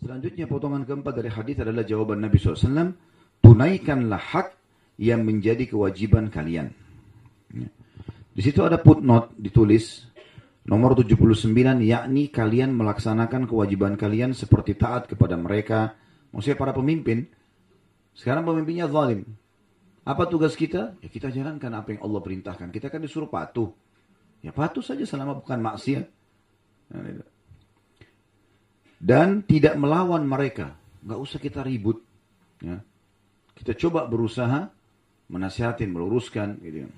Selanjutnya potongan keempat dari hadis adalah jawaban Nabi SAW. Tunaikanlah hak yang menjadi kewajiban kalian. Di situ ada footnote ditulis nomor 79, yakni kalian melaksanakan kewajiban kalian seperti taat kepada mereka. Maksudnya para pemimpin. Sekarang pemimpinnya zalim. Apa tugas kita? Ya kita jalankan apa yang Allah perintahkan. Kita kan disuruh patuh. Ya patuh saja selama bukan maksiat. Dan tidak melawan mereka. Nggak usah kita ribut. Ya. Kita coba berusaha menasihatin, meluruskan. Gitu.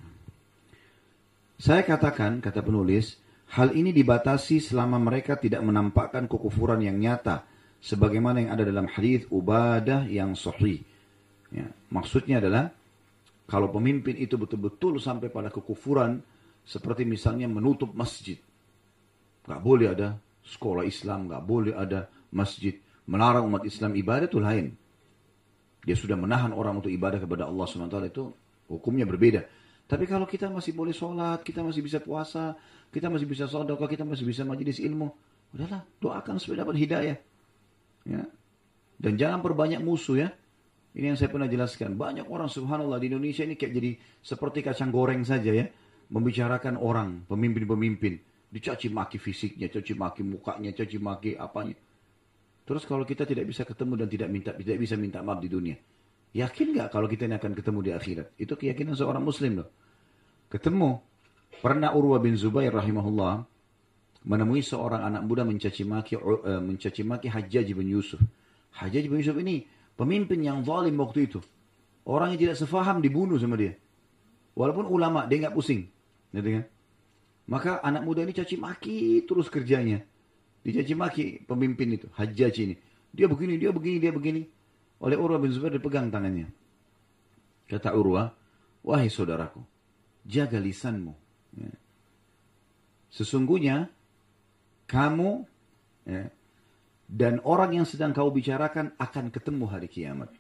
Saya katakan, kata penulis, hal ini dibatasi selama mereka tidak menampakkan kekufuran yang nyata. Sebagaimana yang ada dalam hadis Ubadah yang sahih. Ya. Maksudnya adalah, kalau pemimpin itu betul-betul sampai pada kekufuran, seperti misalnya menutup masjid. Nggak boleh ada sekolah Islam, nggak boleh ada masjid. Melarang umat Islam ibadah itu lain. Dia sudah menahan orang untuk ibadah kepada Allah SWT, itu hukumnya berbeda. Tapi kalau kita masih boleh sholat, kita masih bisa puasa, kita masih bisa sedekah, kita masih bisa majelis ilmu, udahlah, doakan supaya dapat hidayah. Ya. Dan jangan perbanyak musuh ya. Ini yang saya pernah jelaskan. Banyak orang subhanallah di Indonesia ini kayak jadi seperti kacang goreng saja ya. Membicarakan orang, pemimpin-pemimpin. Dicaci maki fisiknya, caci maki mukanya, caci maki apanya. Terus kalau kita tidak bisa ketemu dan tidak bisa minta maaf di dunia, yakin nggak kalau kita ini akan ketemu di akhirat? Itu keyakinan seorang muslim loh. Ketemu. Pernah Urwah bin Zubair rahimahullah menemui seorang anak muda mencaci maki Hajjaj bin Yusuf. Hajjaj bin Yusuf ini pemimpin yang zalim waktu itu. Orang yang tidak sefaham dibunuh sama dia. Walaupun ulama, dia nggak pusing. Gitu kan? Maka anak muda ini caci maki terus kerjanya. Dicaci maki pemimpin itu, Hajjaj ini. Dia begini, dia begini, dia begini. Oleh Urwah bin Zubair dipegang tangannya. Kata Urwah, wahai saudaraku, jaga lisanmu. Ya. Sesungguhnya kamu ya, dan orang yang sedang kau bicarakan akan ketemu hari kiamat.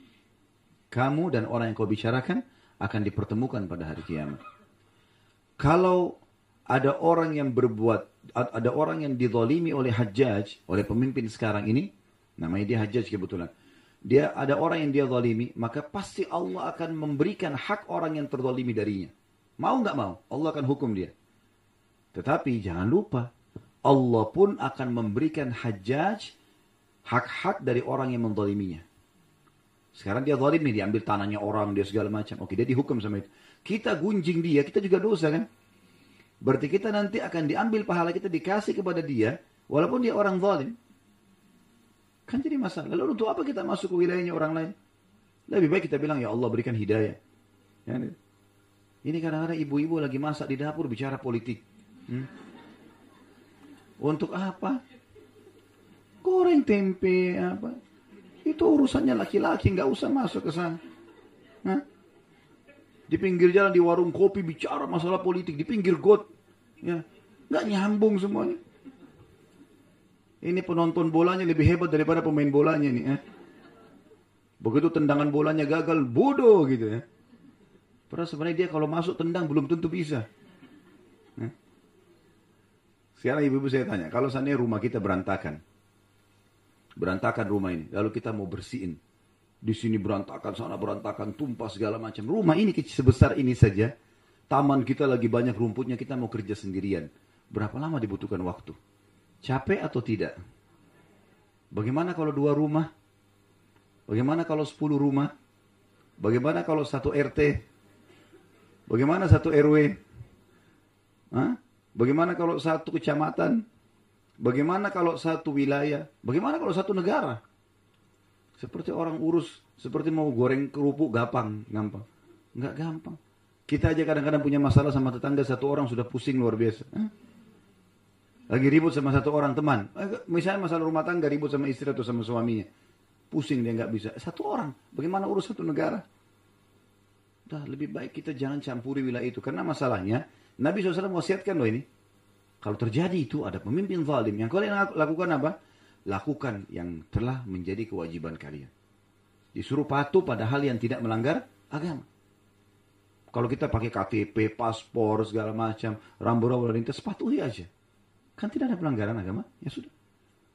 Kamu dan orang yang kau bicarakan akan dipertemukan pada hari kiamat. Kalau ada orang yang ada orang yang dizalimi oleh Hajjaj, oleh pemimpin sekarang ini, namanya dia Hajjaj kebetulan. Dia ada orang yang dia zalimi, maka pasti Allah akan memberikan hak orang yang terzalimi darinya. Mau nggak mau, Allah akan hukum dia. Tetapi jangan lupa, Allah pun akan memberikan Hajjaj hak-hak dari orang yang menzaliminya. Sekarang dia zalimi, diambil tanahnya orang, dia segala macam. Oke, dia dihukum sama itu. Kita gunjing dia, kita juga dosa kan? Berarti kita nanti akan diambil pahala kita, dikasih kepada dia, walaupun dia orang zalim. Kan jadi masalah. Lalu untuk apa kita masuk ke wilayahnya orang lain? Lebih baik kita bilang, ya Allah berikan hidayah. Ya, ini kadang-kadang ibu-ibu lagi masak di dapur bicara politik. Untuk apa? Goreng tempe, apa? Itu urusannya laki-laki, nggak usah masuk ke sana. Di pinggir jalan, di warung kopi bicara masalah politik, di pinggir got, ya, nggak nyambung semuanya. Ini penonton bolanya lebih hebat daripada pemain bolanya nih. Begitu tendangan bolanya gagal, bodoh gitu ya. Padahal sebenarnya dia kalau masuk tendang belum tentu bisa. Sekarang ibu-ibu saya tanya, kalau seandainya rumah kita berantakan rumah ini, lalu kita mau bersihin. Di sini berantakan, sana berantakan, tumpah segala macam. Rumah ini sebesar ini saja, taman kita lagi banyak rumputnya, kita mau kerja sendirian. Berapa lama dibutuhkan waktu? Capek atau tidak? Bagaimana kalau 2 rumah? Bagaimana kalau 10 rumah? Bagaimana kalau 1 RT? Bagaimana 1 RW? Bagaimana kalau 1 kecamatan? Bagaimana kalau 1 wilayah? Bagaimana kalau 1 negara? Seperti orang urus, seperti mau goreng kerupuk gampang. Enggak gampang. Kita aja kadang-kadang punya masalah sama tetangga, 1 orang sudah pusing luar biasa. Lagi ribut sama 1 orang teman. Misalnya masalah rumah tangga, ribut sama istri atau sama suaminya. Pusing dia nggak bisa. 1 orang, bagaimana urus 1 negara? Udah lebih baik kita jangan campuri wilayah itu. Karena masalahnya, Nabi SAW wasiatkan loh ini. Kalau terjadi itu ada pemimpin zalim, yang kalian lakukan apa? Lakukan yang telah menjadi kewajiban kalian. Disuruh patuh pada hal yang tidak melanggar agama. Kalau kita pakai KTP, paspor, segala macam, rambu-rambu lalu lintas, patuhi aja. Kan tidak ada pelanggaran agama, ya sudah.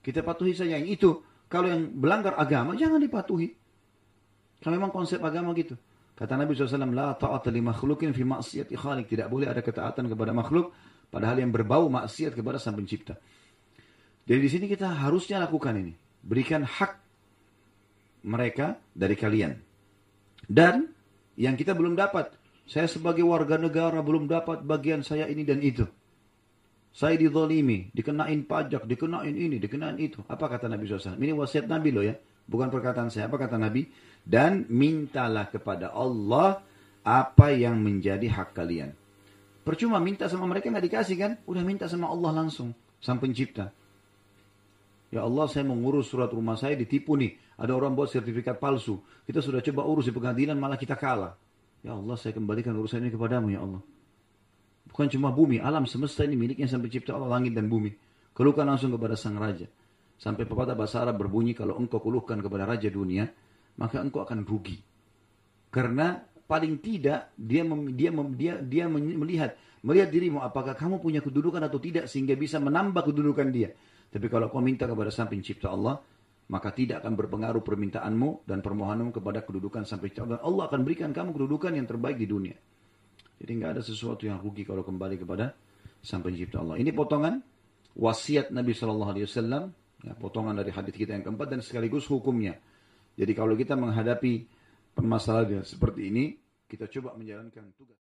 Kita patuhi saja yang itu. Kalau yang melanggar agama, jangan dipatuhi. Kalau memang konsep agama gitu. Kata Nabi SAW, La ta'ata li makhlukin fi maksiati khalik. Tidak boleh ada ketaatan kepada makhluk, padahal yang berbau maksiat kepada Sang Pencipta. Jadi di sini kita harusnya lakukan ini. Berikan hak mereka dari kalian. Dan yang kita belum dapat. Saya sebagai warga negara belum dapat bagian saya ini dan itu. Saya dizalimi, dikenain pajak, dikenain ini, dikenain itu. Apa kata Nabi SAW? Ini wasiat Nabi loh ya. Bukan perkataan saya. Apa kata Nabi? Dan mintalah kepada Allah apa yang menjadi hak kalian. Percuma minta sama mereka nggak dikasih kan? Udah minta sama Allah langsung. Sang Pencipta. Ya Allah, saya mau ngurus surat rumah saya ditipu nih. Ada orang buat sertifikat palsu. Kita sudah coba urus di pengadilan malah kita kalah. Ya Allah, saya kembalikan urusan ini kepadamu ya Allah. Bukan cuma bumi, alam semesta ini miliknya Sang Pencipta Allah, langit dan bumi. Keluhkan langsung kepada Sang Raja. Sampai pepatah bahasa Arab berbunyi, kalau engkau keluhkan kepada Raja dunia, maka engkau akan rugi. Karena paling tidak dia melihat dirimu apakah kamu punya kedudukan atau tidak sehingga bisa menambah kedudukan dia. Tapi kalau kau minta kepada Sang Pencipta Allah, maka tidak akan berpengaruh permintaanmu dan permohonanmu kepada kedudukan Sang Pencipta Allah. Allah akan berikan kamu kedudukan yang terbaik di dunia. Jadi nggak ada sesuatu yang rugi kalau kembali kepada Sang Pencipta Allah. Ini potongan wasiat Nabi Shallallahu Alaihi Wasallam, ya, potongan dari hadis kita yang keempat dan sekaligus hukumnya. Jadi kalau kita menghadapi permasalahan seperti ini, kita coba menjalankan tugas.